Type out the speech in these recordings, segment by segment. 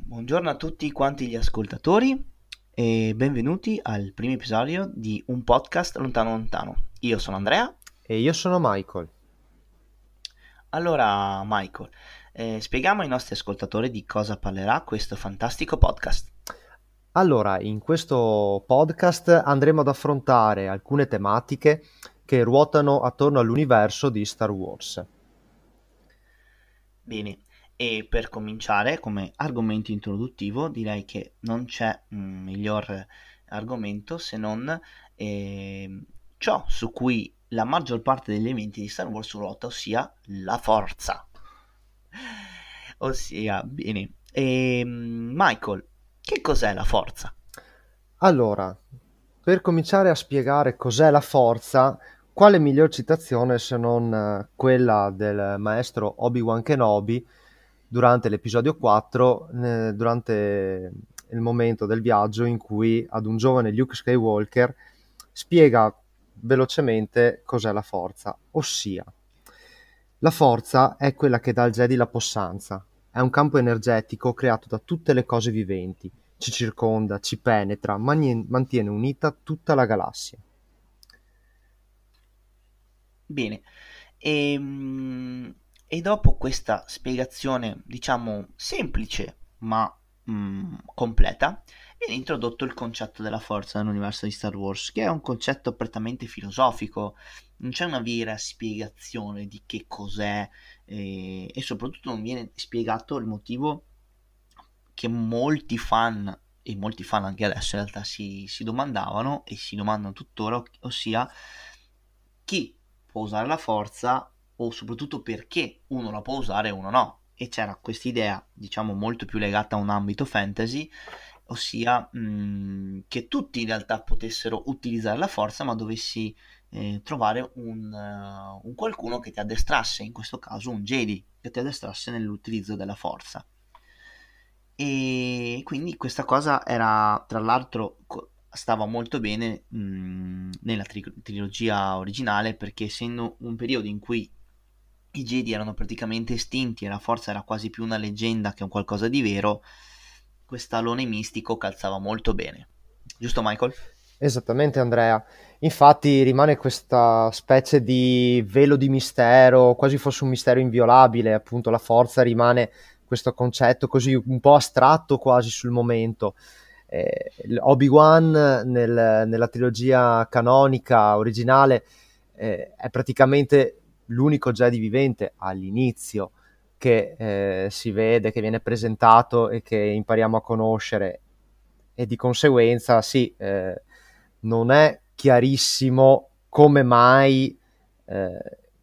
Buongiorno a tutti quanti gli ascoltatori e benvenuti al primo episodio di un podcast lontano lontano. Io sono Andrea. E io sono Michael. Allora, Michael, spieghiamo ai nostri ascoltatori di cosa parlerà questo fantastico podcast. Allora, in questo podcast andremo ad affrontare alcune tematiche che ruotano attorno all'universo di Star Wars. Bene, e per cominciare, come argomento introduttivo, direi che non c'è miglior argomento se non eh, ciò su cui la maggior parte degli eventi di Star Wars ruota, ossia la forza. Ossia, bene, Michael, che cos'è la forza? Allora, per cominciare a spiegare cos'è la forza, quale miglior citazione se non quella del maestro Obi-Wan Kenobi durante l'episodio 4, durante il momento del viaggio in cui ad un giovane Luke Skywalker spiega velocemente cos'è la forza, ossia la forza è quella che dà al Jedi la possanza, è un campo energetico creato da tutte le cose viventi, ci circonda, ci penetra, mantiene unita tutta la galassia. Bene, e dopo questa spiegazione, diciamo, semplice ma completa, viene introdotto il concetto della forza nell'universo di Star Wars, che è un concetto prettamente filosofico, non c'è una vera spiegazione di che cos'è e soprattutto non viene spiegato il motivo che molti fan, e molti fan anche adesso in realtà si domandavano e si domandano tuttora, ossia chi può usare la forza o soprattutto perché uno la può usare e uno no. E c'era questa idea, diciamo, molto più legata a un ambito fantasy, ossia che tutti in realtà potessero utilizzare la forza, ma dovessi trovare un qualcuno che ti addestrasse, in questo caso un Jedi, che ti addestrasse nell'utilizzo della forza. E quindi questa cosa era, tra l'altro, stava molto bene nella trilogia originale, perché essendo un periodo in cui i Jedi erano praticamente estinti e la forza era quasi più una leggenda che un qualcosa di vero, quest'alone mistico calzava molto bene. Giusto, Michael? Esattamente, Andrea. Infatti rimane questa specie di velo di mistero, quasi fosse un mistero inviolabile, appunto la forza rimane questo concetto così un po' astratto quasi sul momento. Obi-Wan nella trilogia canonica originale è praticamente l'unico Jedi vivente all'inizio che si vede, che viene presentato e che impariamo a conoscere e di conseguenza sì, non è chiarissimo come mai eh,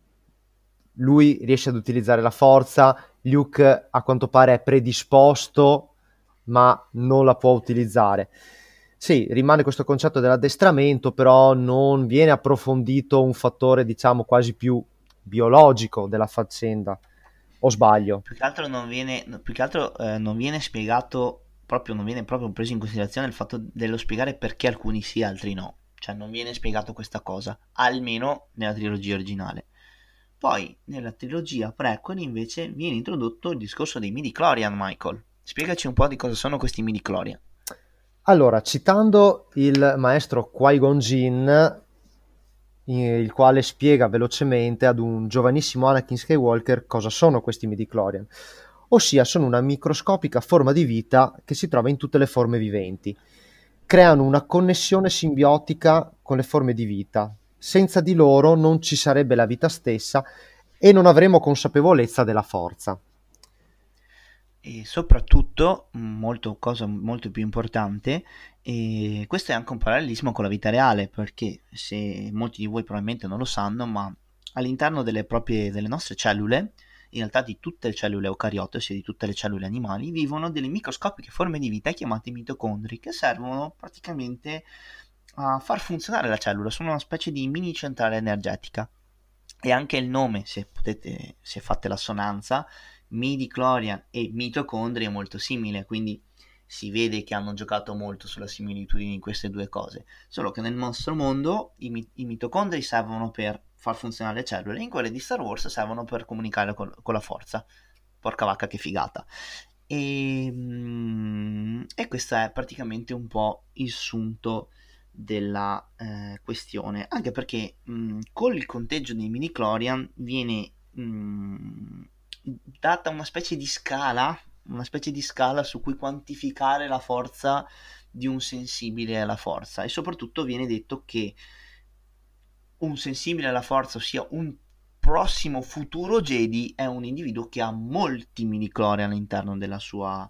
lui riesce ad utilizzare la forza, Luke a quanto pare è predisposto ma non la può utilizzare. Sì, rimane questo concetto dell'addestramento, però non viene approfondito un fattore, diciamo, quasi più biologico della faccenda. O sbaglio? Più che altro non viene, no, più che altro, non viene spiegato proprio, non viene proprio preso in considerazione il fatto dello spiegare perché alcuni sì e altri no. Cioè non viene spiegato questa cosa, almeno nella trilogia originale. Poi nella trilogia prequel invece viene introdotto il discorso dei midi-chlorian, Michael. Spiegaci un po' di cosa sono questi midi-chlorian. Allora, citando il maestro Qui-Gon Jinn, il quale spiega velocemente ad un giovanissimo Anakin Skywalker cosa sono questi midichlorian, ossia sono una microscopica forma di vita che si trova in tutte le forme viventi. Creano una connessione simbiotica con le forme di vita. Senza di loro non ci sarebbe la vita stessa e non avremo consapevolezza della forza. E soprattutto, cosa molto più importante, e questo è anche un parallelismo con la vita reale, perché se molti di voi probabilmente non lo sanno, ma all'interno delle nostre cellule, in realtà di tutte le cellule eucariote, ossia di tutte le cellule animali, vivono delle microscopiche forme di vita chiamate mitocondri, che servono praticamente a far funzionare la cellula, sono una specie di mini centrale energetica. E anche il nome, se potete, se fate l'assonanza, midi-chlorian e mitocondri è molto simile, quindi si vede che hanno giocato molto sulla similitudine di queste due cose, solo che nel nostro mondo i mitocondri servono per far funzionare le cellule, in quelle di Star Wars servono per comunicare con la forza. Porca vacca che figata. E questo è praticamente un po' il sunto della questione, anche perché con il conteggio dei midi-chlorian viene data una specie di scala su cui quantificare la forza di un sensibile alla forza, e soprattutto viene detto che un sensibile alla forza, ossia un prossimo futuro Jedi, è un individuo che ha molti midi-chlori all'interno della sua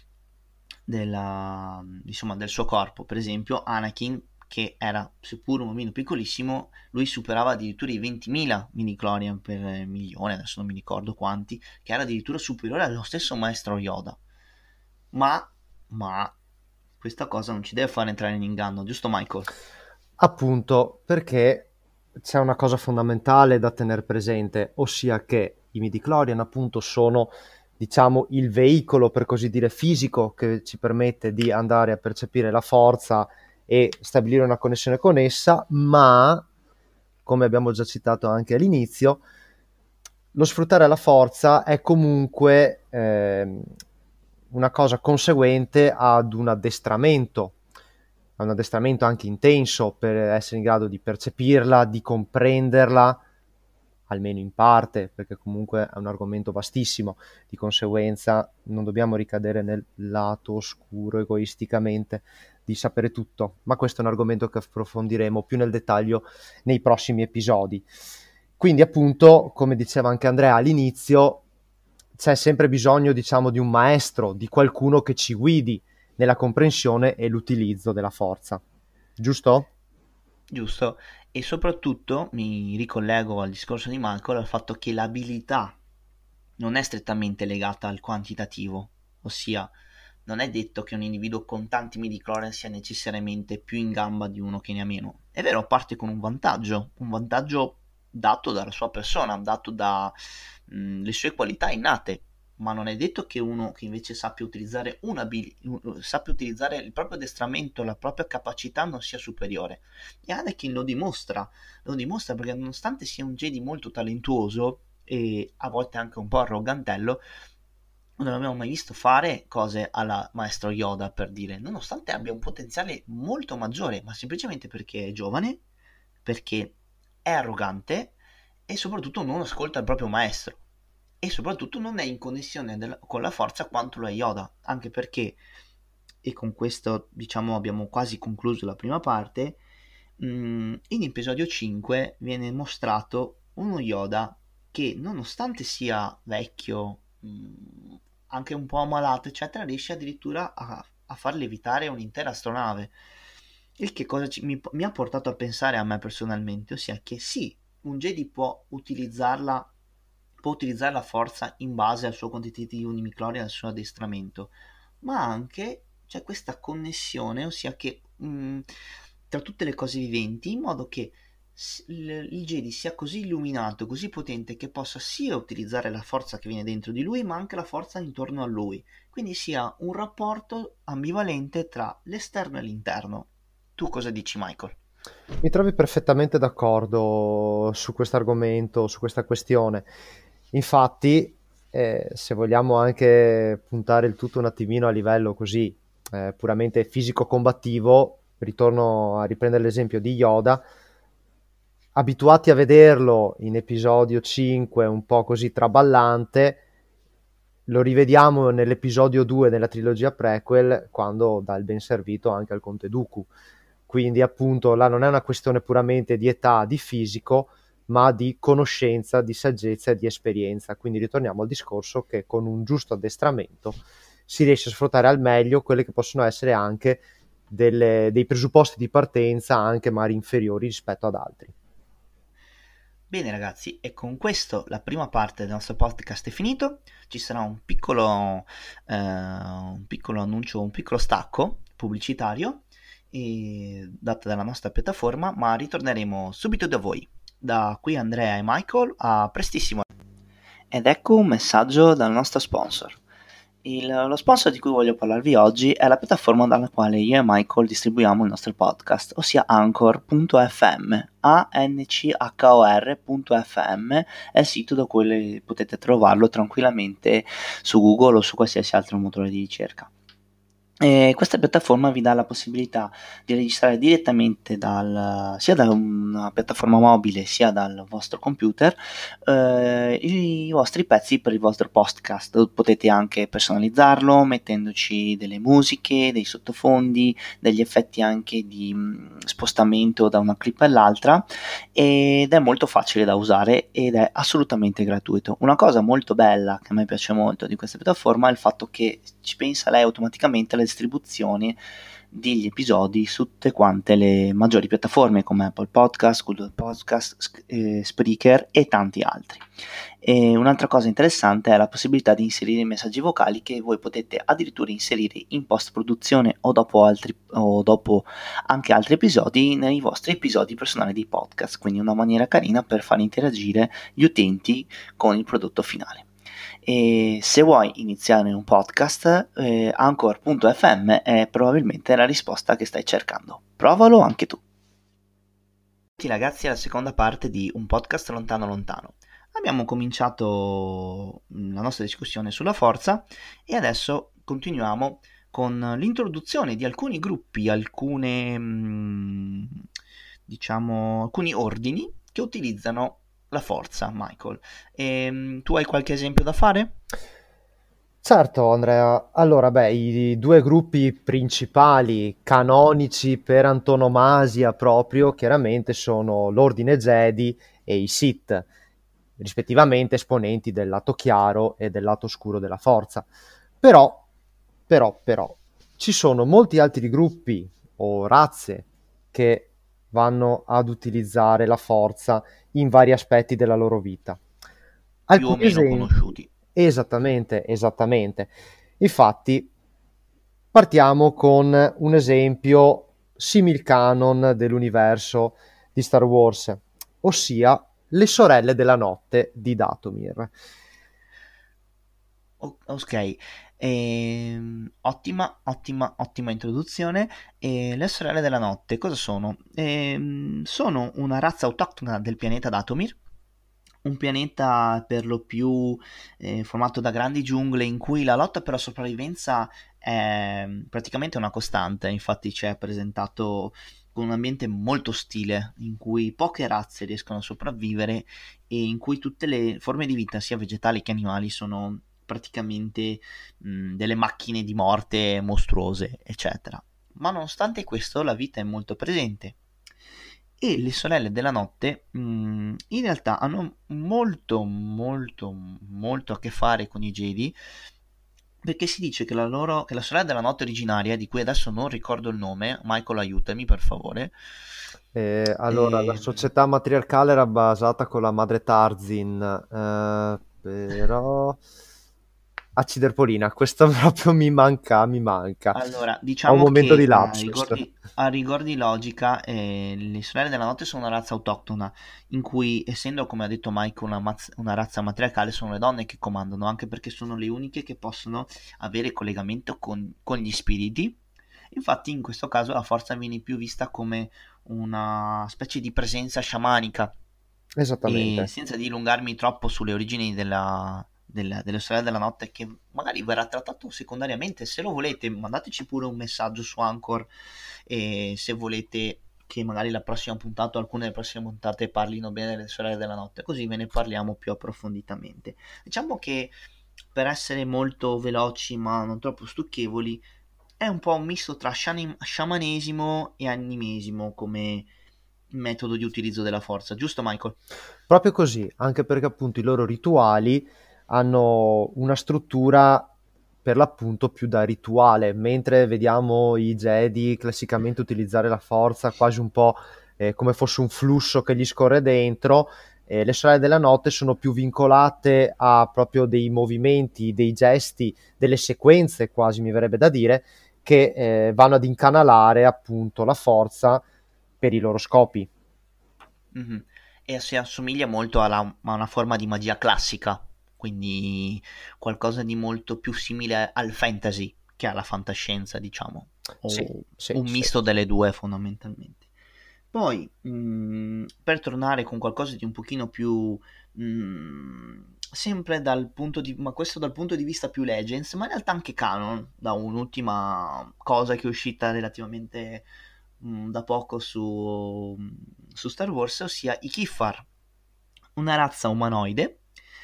insomma, del suo corpo. Per esempio Anakin, che era seppur un bambino piccolissimo, lui superava addirittura i 20.000 midi-chlorian per milione, adesso non mi ricordo quanti, che era addirittura superiore allo stesso maestro Yoda. Ma questa cosa non ci deve fare entrare in inganno, giusto Michael? Appunto, perché c'è una cosa fondamentale da tenere presente, ossia che i midichlorian appunto sono, diciamo, il veicolo, per così dire, fisico che ci permette di andare a percepire la forza e stabilire una connessione con essa, ma, come abbiamo già citato anche all'inizio, lo sfruttare la forza è comunque una cosa conseguente ad un addestramento anche intenso per essere in grado di percepirla, di comprenderla, almeno in parte, perché comunque è un argomento vastissimo, di conseguenza non dobbiamo ricadere nel lato oscuro egoisticamente di sapere tutto, ma questo è un argomento che approfondiremo più nel dettaglio nei prossimi episodi. Quindi appunto, come diceva anche Andrea all'inizio, c'è sempre bisogno, diciamo, di un maestro, di qualcuno che ci guidi nella comprensione e l'utilizzo della forza. Giusto? Giusto, e soprattutto mi ricollego al discorso di Michael, al fatto che l'abilità non è strettamente legata al quantitativo, ossia non è detto che un individuo con tanti midi-chlorian sia necessariamente più in gamba di uno che ne ha meno. È vero, parte con un vantaggio dato dalla sua persona, dato dalle sue qualità innate, ma non è detto che uno che invece sappia utilizzare il proprio addestramento, la propria capacità non sia superiore. E Anakin lo dimostra perché nonostante sia un Jedi molto talentuoso e a volte anche un po' arrogantello, non abbiamo mai visto fare cose alla maestro Yoda, per dire, nonostante abbia un potenziale molto maggiore, ma semplicemente perché è giovane, perché è arrogante e soprattutto non ascolta il proprio maestro. E soprattutto non è in connessione con la forza quanto lo è Yoda, anche perché, e con questo diciamo abbiamo quasi concluso la prima parte, in episodio 5 viene mostrato uno Yoda che nonostante sia vecchio, anche un po' ammalato eccetera, riesce addirittura a far levitare un'intera astronave. Il che cosa mi ha portato a pensare a me personalmente, ossia che sì, un Jedi può utilizzare la forza in base al suo quantitativo di microri e al suo addestramento, ma anche c'è questa connessione, ossia che tra tutte le cose viventi, in modo che il Jedi sia così illuminato, così potente che possa sia utilizzare la forza che viene dentro di lui, ma anche la forza intorno a lui. Quindi sia un rapporto ambivalente tra l'esterno e l'interno. Tu cosa dici, Michael? Mi trovi perfettamente d'accordo su questo argomento, su questa questione. Infatti, se vogliamo anche puntare il tutto un attimino a livello così puramente fisico-combattivo, ritorno a riprendere l'esempio di Yoda, abituati a vederlo in episodio 5 un po' così traballante, lo rivediamo nell'episodio 2 della trilogia prequel quando dà il ben servito anche al Conte Dooku. Quindi appunto là non è una questione puramente di età, di fisico, ma di conoscenza, di saggezza e di esperienza. Quindi ritorniamo al discorso che con un giusto addestramento si riesce a sfruttare al meglio quelle che possono essere anche dei presupposti di partenza anche magari inferiori rispetto ad altri. Bene ragazzi, e con questo la prima parte del nostro podcast è finito. Ci sarà un piccolo annuncio, un piccolo stacco pubblicitario dato dalla nostra piattaforma, ma ritorneremo subito da voi. Da qui Andrea e Michael, a prestissimo. Ed ecco un messaggio dal nostro sponsor. Lo sponsor di cui voglio parlarvi oggi è la piattaforma dalla quale io e Michael distribuiamo il nostro podcast, ossia Anchor.fm. Anchor.fm è il sito da cui potete trovarlo tranquillamente su Google o su qualsiasi altro motore di ricerca. E questa piattaforma vi dà la possibilità di registrare direttamente sia da una piattaforma mobile sia dal vostro computer i vostri pezzi per il vostro podcast. Potete anche personalizzarlo mettendoci delle musiche, dei sottofondi, degli effetti anche di spostamento da una clip all'altra, ed è molto facile da usare ed è assolutamente gratuito. Una cosa molto bella che a me piace molto di questa piattaforma è il fatto che ci pensa lei automaticamente alla distribuzione degli episodi su tutte quante le maggiori piattaforme come Apple Podcast, Google Podcast, Spreaker e tanti altri. E un'altra cosa interessante è la possibilità di inserire messaggi vocali che voi potete addirittura inserire in post produzione o dopo anche altri episodi nei vostri episodi personali di podcast, quindi una maniera carina per far interagire gli utenti con il prodotto finale. E se vuoi iniziare un podcast, Anchor.fm è probabilmente la risposta che stai cercando. Provalo anche tu. Ragazzi, alla seconda parte di Un podcast lontano lontano. Abbiamo cominciato la nostra discussione sulla forza e adesso continuiamo con l'introduzione di alcuni gruppi, alcuni ordini che utilizzano la forza, Michael. Tu hai qualche esempio da fare? Certo, Andrea. Allora, beh, i due gruppi principali, canonici per antonomasia proprio, chiaramente sono l'Ordine Jedi e i Sith, rispettivamente esponenti del lato chiaro e del lato scuro della forza. Però, però, ci sono molti altri gruppi o razze che vanno ad utilizzare la forza in vari aspetti della loro vita. Più o Alcuni meno esempi, conosciuti. esattamente, esattamente. Infatti, partiamo con un esempio simil canon dell'universo di Star Wars, ossia le sorelle della notte di Dathomir. Ok, ottima introduzione. Le sorelle della notte cosa sono? Sono una razza autoctona del pianeta Datomir, un pianeta per lo più formato da grandi giungle in cui la lotta per la sopravvivenza è praticamente una costante. Infatti ci è presentato con un ambiente molto ostile in cui poche razze riescono a sopravvivere e in cui tutte le forme di vita, sia vegetali che animali, sono praticamente delle macchine di morte mostruose, eccetera. Ma nonostante questo, la vita è molto presente. E le sorelle della notte in realtà hanno molto a che fare con i Jedi, perché si dice che che la sorella della notte originaria, di cui adesso non ricordo il nome, Michael aiutami per favore. Allora, la Ehm, società matriarcale era basata con la madre Tarzin, però... Acciderpolina, questo proprio mi manca. Allora, Ho un diciamo momento che di lapsus. a rigor di logica, le sorelle della notte sono una razza autoctona, in cui, essendo, come ha detto Mike, una razza matriarcale, sono le donne che comandano, anche perché sono le uniche che possono avere collegamento con gli spiriti. Infatti, in questo caso, la forza viene più vista come una specie di presenza sciamanica. E Esattamente. senza dilungarmi troppo sulle origini delle sorelle della notte, che magari verrà trattato secondariamente, se lo volete mandateci pure un messaggio su Anchor, e se volete che magari la prossima puntata o alcune delle prossime puntate parlino bene delle sorelle della notte, così ve ne parliamo più approfonditamente. Diciamo che, per essere molto veloci ma non troppo stucchevoli, è un po' un misto tra sciamanesimo e animesimo come metodo di utilizzo della forza, giusto Michael? Proprio così, anche perché appunto i loro rituali hanno una struttura per l'appunto più da rituale, mentre vediamo i Jedi classicamente utilizzare la forza quasi un po' come fosse un flusso che gli scorre dentro, le sorelle della notte sono più vincolate a proprio dei movimenti, dei gesti, delle sequenze quasi mi verrebbe da dire, che vanno ad incanalare appunto la forza per i loro scopi. Mhm. E si assomiglia molto a una forma di magia classica. quindi qualcosa di molto più simile al fantasy che alla fantascienza, diciamo, Sì, o sì, un sì. misto delle due fondamentalmente. Poi, per tornare con qualcosa di un pochino più, sempre dal punto di, ma questo dal punto di vista più Legends, ma in realtà anche canon, da un'ultima cosa che è uscita relativamente da poco su Star Wars, ossia i Kiffar, una razza umanoide,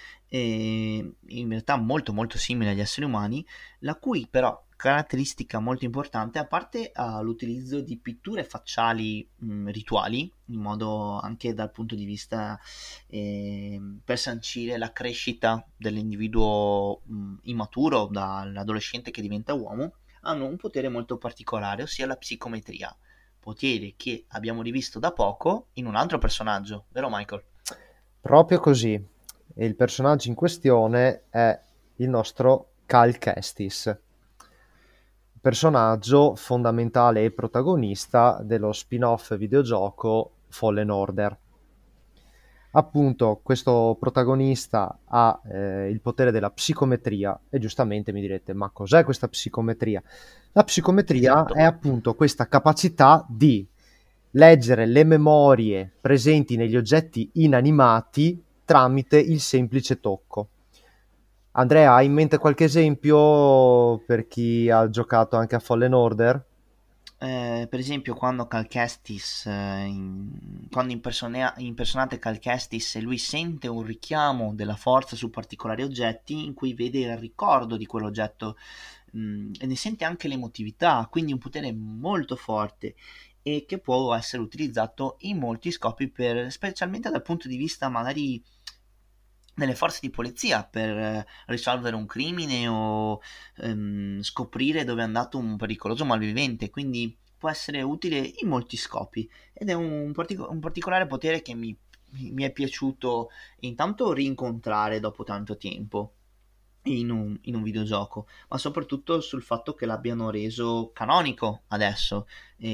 in realtà molto molto simile agli esseri umani, la cui però caratteristica molto importante, a parte l'utilizzo di pitture facciali rituali, in modo anche dal punto di vista per sancire la crescita dell'individuo immaturo, dall'adolescente che diventa uomo, hanno un potere molto particolare, ossia la psicometria, potere che abbiamo rivisto da poco in un altro personaggio, vero Michael? Proprio così. E il personaggio in questione è il nostro Cal Kestis, personaggio fondamentale e protagonista dello spin-off videogioco Fallen Order. Appunto, questo protagonista ha il potere della psicometria e giustamente mi direte, ma cos'è questa psicometria? La psicometria è Esatto. appunto questa capacità di leggere le memorie presenti negli oggetti inanimati tramite il semplice tocco. Andrea, hai in mente qualche esempio per chi ha giocato anche a Fallen Order? Per esempio, quando Cal Kestis, quando impersonate Cal Kestis e lui sente un richiamo della forza su particolari oggetti in cui vede il ricordo di quell'oggetto, e ne sente anche l'emotività, quindi un potere molto forte e che può essere utilizzato in molti scopi, specialmente dal punto di vista magari delle forze di polizia, per risolvere un crimine o scoprire dove è andato un pericoloso malvivente, quindi può essere utile in molti scopi ed è un particolare potere che mi è piaciuto intanto rincontrare dopo tanto tempo in un videogioco, ma soprattutto sul fatto che l'abbiano reso canonico adesso,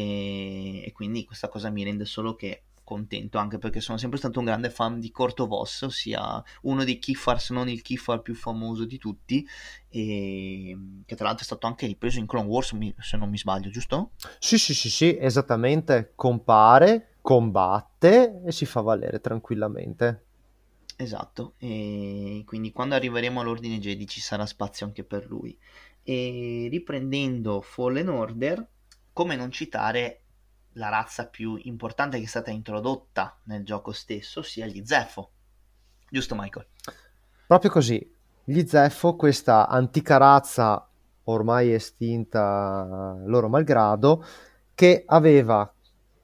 e quindi questa cosa mi rende solo che contento, anche perché sono sempre stato un grande fan di Corto Voss, ossia uno dei Kiffar, se non il Kiffar più famoso di tutti, e che tra l'altro è stato anche ripreso in Clone Wars, se non mi sbaglio, giusto? Sì, sì, sì, sì, esattamente. Compare, combatte e si fa valere tranquillamente. Esatto, e quindi quando arriveremo all'Ordine Jedi ci sarà spazio anche per lui. E riprendendo Fallen Order, come non citare la razza più importante che è stata introdotta nel gioco stesso, ossia gli Zeffo. Giusto, Michael? Proprio così. Gli Zeffo, questa antica razza ormai estinta loro malgrado, che aveva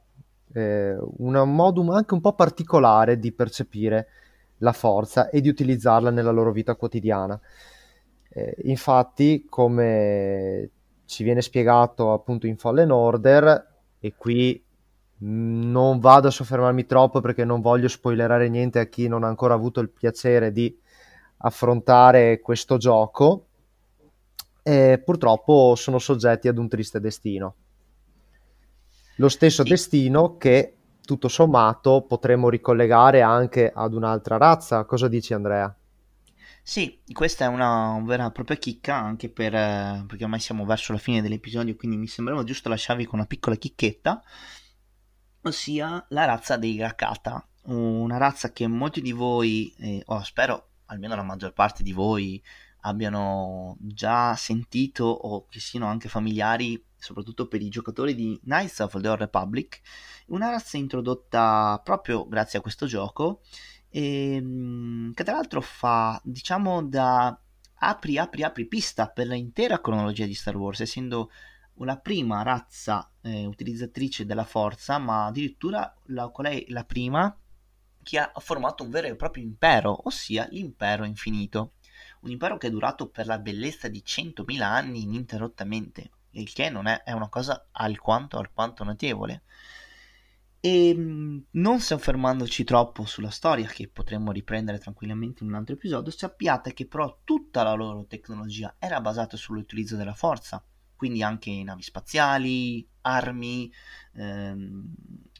un modum anche un po' particolare di percepire la forza e di utilizzarla nella loro vita quotidiana. Infatti, come ci viene spiegato appunto in Fallen Order, e qui non vado a soffermarmi troppo perché non voglio spoilerare niente a chi non ha ancora avuto il piacere di affrontare questo gioco, purtroppo sono soggetti ad un triste destino. Lo stesso Sì, destino che tutto sommato potremmo ricollegare anche ad un'altra razza. Cosa dici, Andrea? sì, questa è una vera e propria chicca, anche perché ormai siamo verso la fine dell'episodio, quindi mi sembrava giusto lasciarvi con una piccola chicchetta, ossia la razza dei Rakata, una razza che molti di voi, o spero almeno la maggior parte di voi, abbiano già sentito o che siano anche familiari, soprattutto per i giocatori di Knights of the Old Republic, una razza introdotta proprio grazie a questo gioco, che tra l'altro fa, diciamo, da apri pista per l'intera cronologia di Star Wars, essendo la prima razza utilizzatrice della forza, ma addirittura qual è la prima che ha formato un vero e proprio impero, ossia l'impero infinito. Un impero che è durato per la bellezza di 100.000 anni ininterrottamente, il che non è una cosa alquanto notevole. E non soffermandoci troppo sulla storia, che potremmo riprendere tranquillamente in un altro episodio, sappiate che però tutta la loro tecnologia era basata sull'utilizzo della forza, quindi anche navi spaziali, armi, ehm,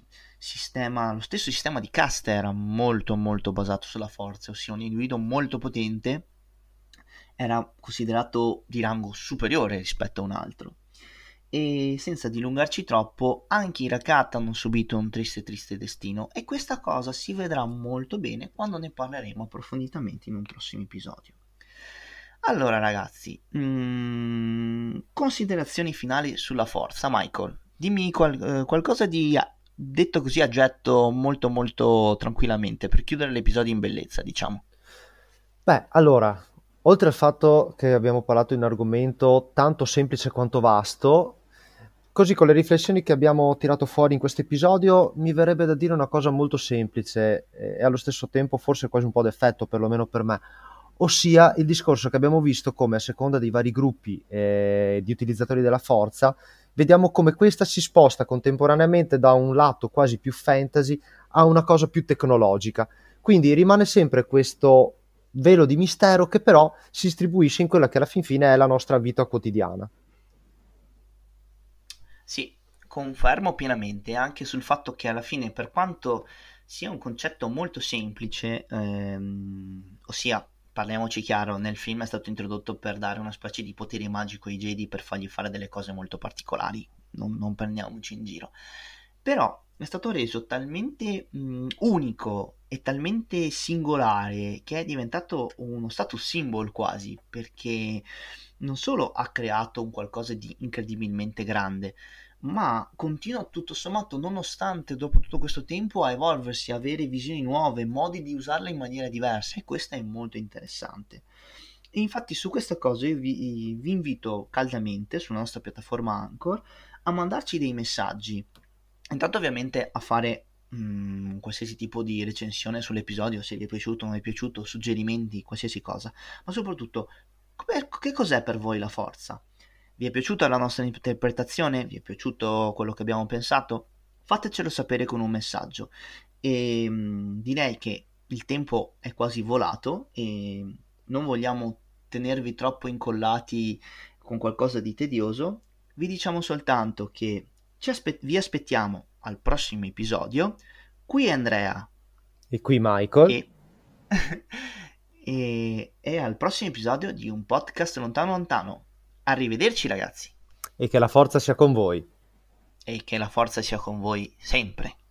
lo stesso sistema di casta era molto molto basato sulla forza, ossia un individuo molto potente era considerato di rango superiore rispetto a un altro. E senza dilungarci troppo, anche i Rakat hanno subito un triste triste destino e questa cosa si vedrà molto bene quando ne parleremo approfonditamente in un prossimo episodio. Allora ragazzi, considerazioni finali sulla forza, Michael. Dimmi qualcosa di detto così a getto molto molto tranquillamente per chiudere l'episodio in bellezza, diciamo. Beh, allora, oltre al fatto che abbiamo parlato di un argomento tanto semplice quanto vasto, così con le riflessioni che abbiamo tirato fuori in questo episodio, mi verrebbe da dire una cosa molto semplice e allo stesso tempo forse quasi un po' d'effetto, perlomeno per me, ossia il discorso che abbiamo visto come a seconda dei vari gruppi di utilizzatori della forza, vediamo come questa si sposta contemporaneamente da un lato quasi più fantasy a una cosa più tecnologica. Quindi rimane sempre questo velo di mistero che però si distribuisce in quella che alla fin fine è la nostra vita quotidiana. Sì, confermo pienamente anche sul fatto che alla fine, per quanto sia un concetto molto semplice, ossia, parliamoci chiaro, nel film è stato introdotto per dare una specie di potere magico ai Jedi per fargli fare delle cose molto particolari, non prendiamoci in giro. Però è stato reso talmente unico e talmente singolare che è diventato uno status symbol quasi, perché non solo ha creato un qualcosa di incredibilmente grande, ma continua tutto sommato, nonostante dopo tutto questo tempo, a evolversi, a avere visioni nuove, modi di usarla in maniera diversa e questo è molto interessante. E infatti su questa cosa io vi invito caldamente sulla nostra piattaforma Anchor a mandarci dei messaggi. Intanto ovviamente a fare qualsiasi tipo di recensione sull'episodio, se vi è piaciuto o non è piaciuto, suggerimenti, qualsiasi cosa, ma soprattutto che cos'è per voi la forza? Vi è piaciuta la nostra interpretazione? Vi è piaciuto quello che abbiamo pensato? Fatecelo sapere con un messaggio. E direi che il tempo è quasi volato e non vogliamo tenervi troppo incollati con qualcosa di tedioso. Vi diciamo soltanto che vi aspettiamo al prossimo episodio. Qui è Andrea E qui Michael, e, e al prossimo episodio di un podcast lontano lontano. Arrivederci ragazzi e che la forza sia con voi. e che la forza sia con voi sempre.